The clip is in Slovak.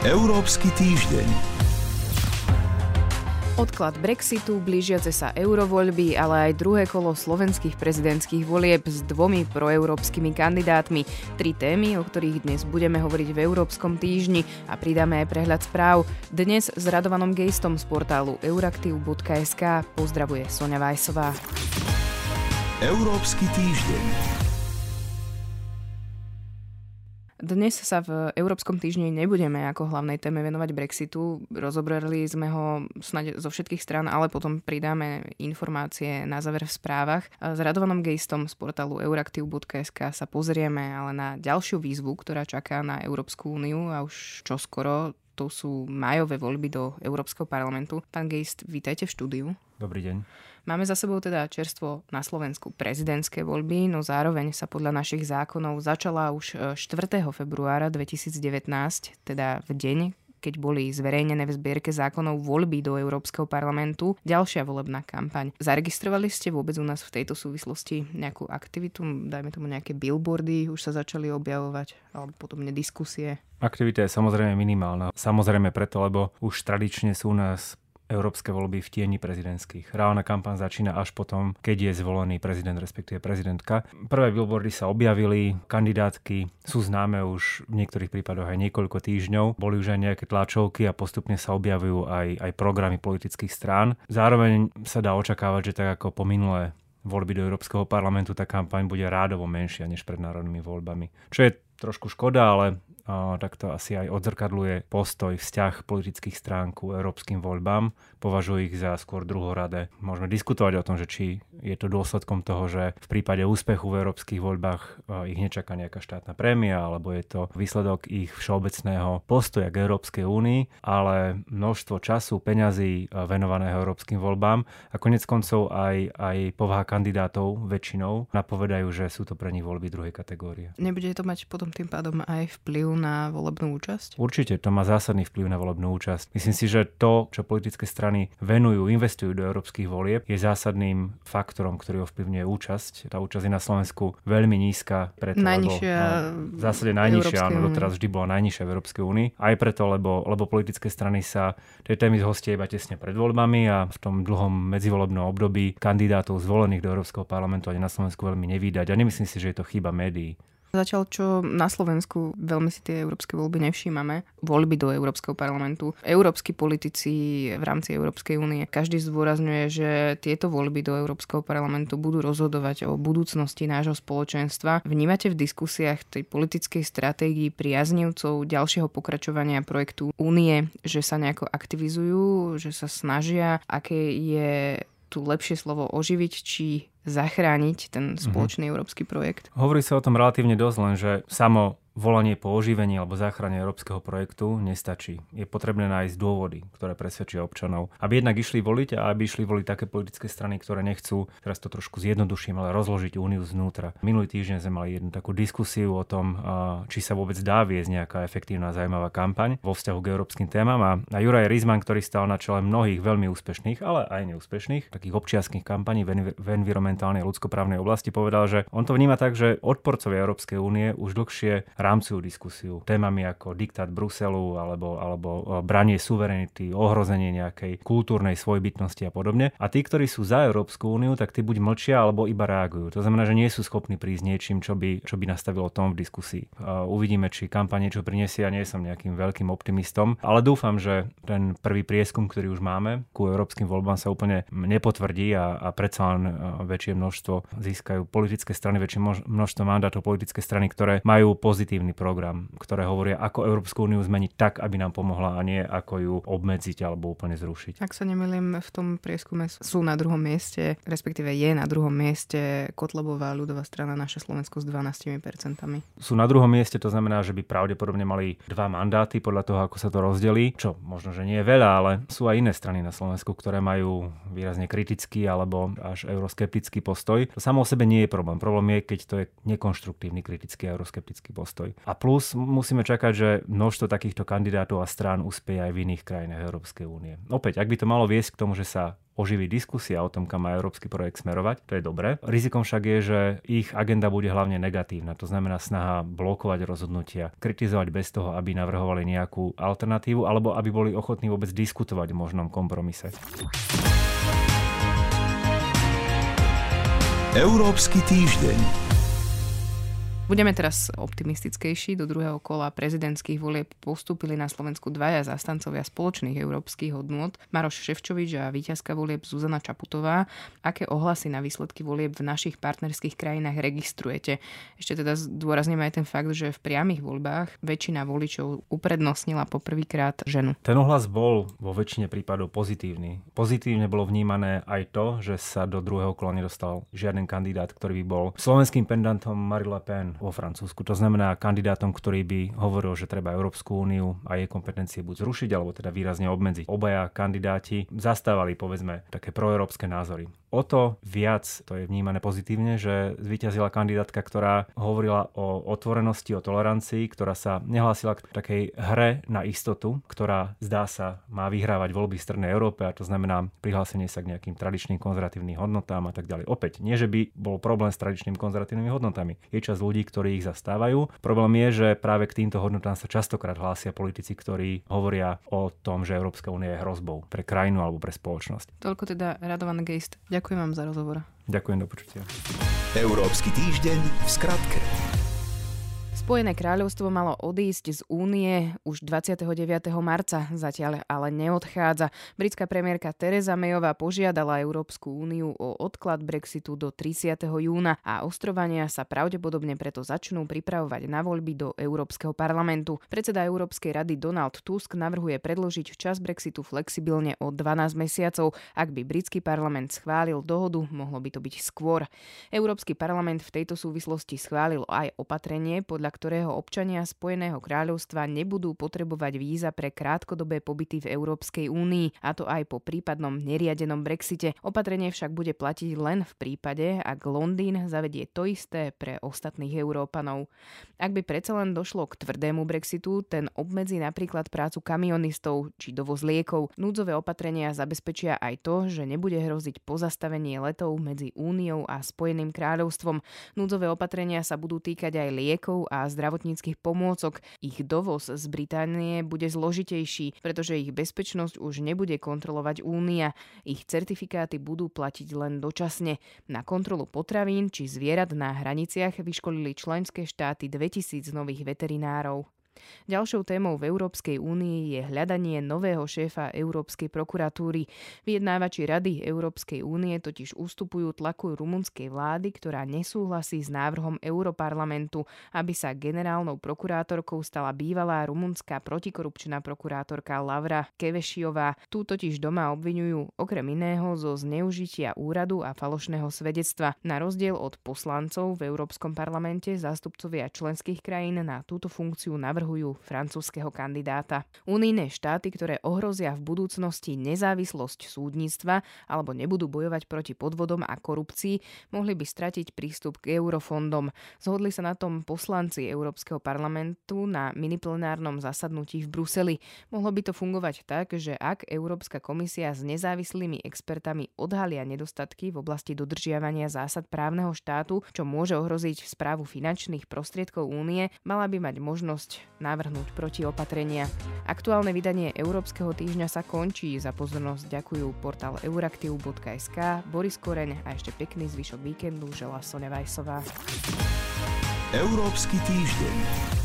Európsky týždeň. Odklad Brexitu, blížiace sa eurovoľby, ale aj druhé kolo slovenských prezidentských volieb s 2 proeurópskymi kandidátmi. 3 témy, o ktorých dnes budeme hovoriť v Európskom týždni a pridáme aj prehľad správ. Dnes s Radovanom Geistom z portálu euraktiv.sk pozdravuje Soňa Vajsová. Európsky týždeň. Dnes sa v Európskom týždni nebudeme ako hlavnej téme venovať Brexitu. Rozobrali sme ho snáď zo všetkých strán, ale potom pridáme informácie na záver v správach. S Radovanom Geistom z portálu euraktiv.sk sa pozrieme ale na ďalšiu výzvu, ktorá čaká na Európsku úniu a už čoskoro. To sú májové voľby do Európskeho parlamentu. Pán Geist, vítajte v štúdiu. Dobrý deň. Máme za sebou teda čerstvo na Slovensku prezidentské voľby, no zároveň sa podľa našich zákonov začala už 4. februára 2019, teda v deň, keď boli zverejnené v zbierke zákonov voľby do Európskeho parlamentu, ďalšia volebná kampaň. Zaregistrovali ste vôbec u nás v tejto súvislosti nejakú aktivitu? Dajme tomu nejaké billboardy, už sa začali objavovať, alebo podobne diskusie? Aktivita je samozrejme minimálna. Samozrejme preto, lebo už tradične sú u nás európske voľby v tieni prezidentských. Reálna kampaň začína až potom, keď je zvolený prezident, respektíve prezidentka. Prvé billboardy sa objavili, kandidátky sú známe už v niektorých prípadoch aj niekoľko týždňov. Boli už aj nejaké tlačovky a postupne sa objavujú aj programy politických strán. Zároveň sa dá očakávať, že tak ako po minulé voľby do Európskeho parlamentu, tá kampaň bude rádovo menšia než pred národnými voľbami. Čo je trošku škoda, ale tak to asi aj odzrkadluje postoj, vzťah politických strán ku európskym voľbám. Považujú ich za skôr druhoradé. Môžeme diskutovať o tom, že či je to dôsledkom toho, že v prípade úspechu v európskych voľbách ich nečaká nejaká štátna prémia, alebo je to výsledok ich všeobecného postoja k Európskej únii, ale množstvo času, peňazí venovaného európskym voľbám a konec koncov aj povaha kandidátov väčšinou napovedajú, že sú to pre nich voľby druhej kategórie. Nebude to mať potom tým pádom aj vplyv na volebnú účasť? Určite, to má zásadný vplyv na volebnú účasť. Myslím si, že to, čo politické strany venujú, investujú do európskych volieb, je zásadným faktorom, ktorý ovplyvňuje účasť. Tá účasť je na Slovensku veľmi nízka, preto, najnižšia, v zásade najnižšia, áno, doteraz vždy bola najnižšia v Európskej únii. Aj preto, lebo politické strany sa tej témy zhostia iba tesne pred voľbami a v tom dlhom medzivolebnom období kandidátov zvolených do Európskeho parlamentu ani na Slovensku veľmi nevídať. A nemyslím si, že je to chyba médií. Zatiaľ, čo na Slovensku veľmi si tie európske voľby nevšímame, voľby do Európskeho parlamentu, európski politici v rámci Európskej únie, každý zdôrazňuje, že tieto voľby do Európskeho parlamentu budú rozhodovať o budúcnosti nášho spoločenstva. Vnímate v diskusiách tej politickej stratégii priaznivcov ďalšieho pokračovania projektu Únie, že sa nejako aktivizujú, že sa snažia, aké je tu lepšie slovo oživiť, či zachrániť ten spoločný európsky projekt? Hovorí sa o tom relatívne dosť, len že samo volanie po oživení alebo záchrane európskeho projektu nestačí. Je potrebné nájsť dôvody, ktoré presvedčia občanov, aby jednak išli voliť a aby išli voliť také politické strany, ktoré nechcú, teraz to trošku zjednoduším, ale rozložiť úniu znútra. Minulý týždeň sme mali jednu takú diskusiu o tom, či sa vôbec dá viesť nejaká efektívna zaujímavá kampaň vo vzťahu k európskym témam a Juraj Rizman, ktorý stál na čele mnohých veľmi úspešných, ale aj neúspešných takých občianskych kampaní v environmentálnej ľudskoprávnej oblasti, povedal, že on to vníma tak, že odporcovia Európskej únie už dlhšie rámcujú diskusiu témami ako diktát Bruselu alebo branie suverenity, ohrozenie nejakej kultúrnej svojbytnosti a podobne. A tí, ktorí sú za Európsku úniu, tak tí buď mlčia alebo iba reagujú. To znamená, že nie sú schopní prísť niečím, čo by nastavilo tón v diskusii. Uvidíme, či kampaň niečo prinesie. Ja nie som nejakým veľkým optimistom, ale dúfam, že ten prvý prieskum, ktorý už máme ku európskym voľbám, sa úplne nepotvrdí a predsa len väčšie množstvo získajú politické strany, väčšie množstvo mandátov politické strany, ktoré majú pozitívny program, ktoré hovoria, ako Európsku úniu zmeniť tak, aby nám pomohla a nie ako ju obmedziť alebo úplne zrušiť. Ak sa nemýlim, v tom prieskume sú na druhom mieste, respektíve je na druhom mieste Kotlebová ľudová strana Naše Slovensko s 12%. Sú na druhom mieste, to znamená, že by pravdepodobne mali 2 mandáty podľa toho, ako sa to rozdelí, čo možno, že nie je veľa, ale sú aj iné strany na Slovensku, ktoré majú výrazne kritický alebo až euroskeptický postoj. To samo o sebe nie je problém. Problém je, keď to je nekonštruktívny kritický euroskeptický postoj. A plus musíme čakať, že množstvo takýchto kandidátov a strán uspieje aj v iných krajinách Európskej únie. Opäť, ak by to malo viesť k tomu, že sa oživí diskusia o tom, kam má európsky projekt smerovať. To je dobré. Rizikom však je, že ich agenda bude hlavne negatívna. To znamená snaha blokovať rozhodnutia, kritizovať bez toho, aby navrhovali nejakú alternatívu alebo aby boli ochotní vôbec diskutovať o možnom kompromise. Európsky týždeň. Budeme teraz optimistickejší. Do druhého kola prezidentských volieb postúpili na Slovensku dvaja zástancovia spoločných európskych hodnôt, Maroš Šefčovič a víťazka volieb Zuzana Čaputová. Aké ohlasy na výsledky volieb v našich partnerských krajinách registrujete? Ešte teda zdôrazním aj ten fakt, že v priamych voľbách väčšina voličov uprednostnila poprvýkrát ženu. Ten ohlas bol vo väčšine prípadov pozitívny. Pozitívne bolo vnímané aj to, že sa do druhého kola nedostal žiaden kandidát, ktorý by bol slovenským pendantom Marine Le Pen vo Francúzsku. To znamená kandidátom, ktorý by hovoril, že treba Európsku úniu a jej kompetencie buď zrušiť, alebo teda výrazne obmedziť. Obaja kandidáti zastávali, povedzme, také proeurópske názory. O to viac to je vnímané pozitívne, že zvíťazila kandidátka, ktorá hovorila o otvorenosti, o tolerancii, ktorá sa nehlásila k takej hre na istotu, ktorá zdá sa má vyhrávať voľby v Strednej Európe, a to znamená prihlásenie sa k nejakým tradičným konzervatívnym hodnotám a tak ďalej. Opäť, nie že by bol problém s tradičnými konzervatívnymi hodnotami. Je časť ľudí, ktorí ich zastávajú. Problém je, že práve k týmto hodnotám sa častokrát hlásia politici, ktorí hovoria o tom, že Európska únia je hrozbou pre krajinu alebo pre spoločnosť. Toľko teda Radovan Geist. Ďakujem vám za rozhovor. Ďakujem, do počutia. Európsky týždeň v skratke. Spojené kráľovstvo malo odísť z únie už 29. marca, zatiaľ ale neodchádza. Britská premiérka Theresa Mayová požiadala Európsku úniu o odklad Brexitu do 30. júna a ostrovania sa pravdepodobne preto začnú pripravovať na voľby do Európskeho parlamentu. Predseda Európskej rady Donald Tusk navrhuje predĺžiť čas Brexitu flexibilne o 12 mesiacov. Ak by britský parlament schválil dohodu, mohlo by to byť skôr. Európsky parlament v tejto súvislosti schválil aj opatrenie, podľa ktorého občania Spojeného kráľovstva nebudú potrebovať víza pre krátkodobé pobyty v Európskej únii, a to aj po prípadnom neriadenom Brexite. Opatrenie však bude platiť len v prípade, ak Londýn zavedie to isté pre ostatných Európanov. Ak by predsa len došlo k tvrdému Brexitu, ten obmedzí napríklad prácu kamionistov či dovoz liekov. Núdzové opatrenia zabezpečia aj to, že nebude hroziť pozastavenie letov medzi Úniou a Spojeným kráľovstvom. Núdzové opatrenia sa budú týkať aj liekov a zdravotníckych pomôcok. Ich dovoz z Británie bude zložitejší, pretože ich bezpečnosť už nebude kontrolovať Únia. Ich certifikáty budú platiť len dočasne. Na kontrolu potravín či zvierat na hraniciach vyškolili členské štáty 2000 nových veterinárov. Ďalšou témou v Európskej únii je hľadanie nového šéfa Európskej prokuratúry. Vyjednávači Rady Európskej únie totiž ustupujú tlaku rumunskej vlády, ktorá nesúhlasí s návrhom Europarlamentu, aby sa generálnou prokurátorkou stala bývalá rumunská protikorupčná prokurátorka Laura Kövesiová. Tu totiž doma obviňujú okrem iného zo zneužitia úradu a falošného svedectva. Na rozdiel od poslancov v Európskom parlamente zástupcovia členských krajín na túto funkciu navrhujú francúzskeho kandidáta. Unijné štáty, ktoré ohrozia v budúcnosti nezávislosť súdnictva alebo nebudú bojovať proti podvodom a korupcii, mohli by stratiť prístup k eurofondom. Zhodli sa na tom poslanci Európskeho parlamentu na miniplenárnom zasadnutí v Bruseli. Mohlo by to fungovať tak, že ak Európska komisia s nezávislými expertami odhalia nedostatky v oblasti dodržiavania zásad právneho štátu, čo môže ohroziť správu finančných prostriedkov únie, mala by mať možnosť navrhnúť protiopatrenia. Aktuálne vydanie Európskeho týždňa sa končí. Za pozornosť ďakujú portál euraktiv.sk, Boris Koreň a ešte pekný zvyšok víkendu želá Soňa Vajsová. Európsky týždeň.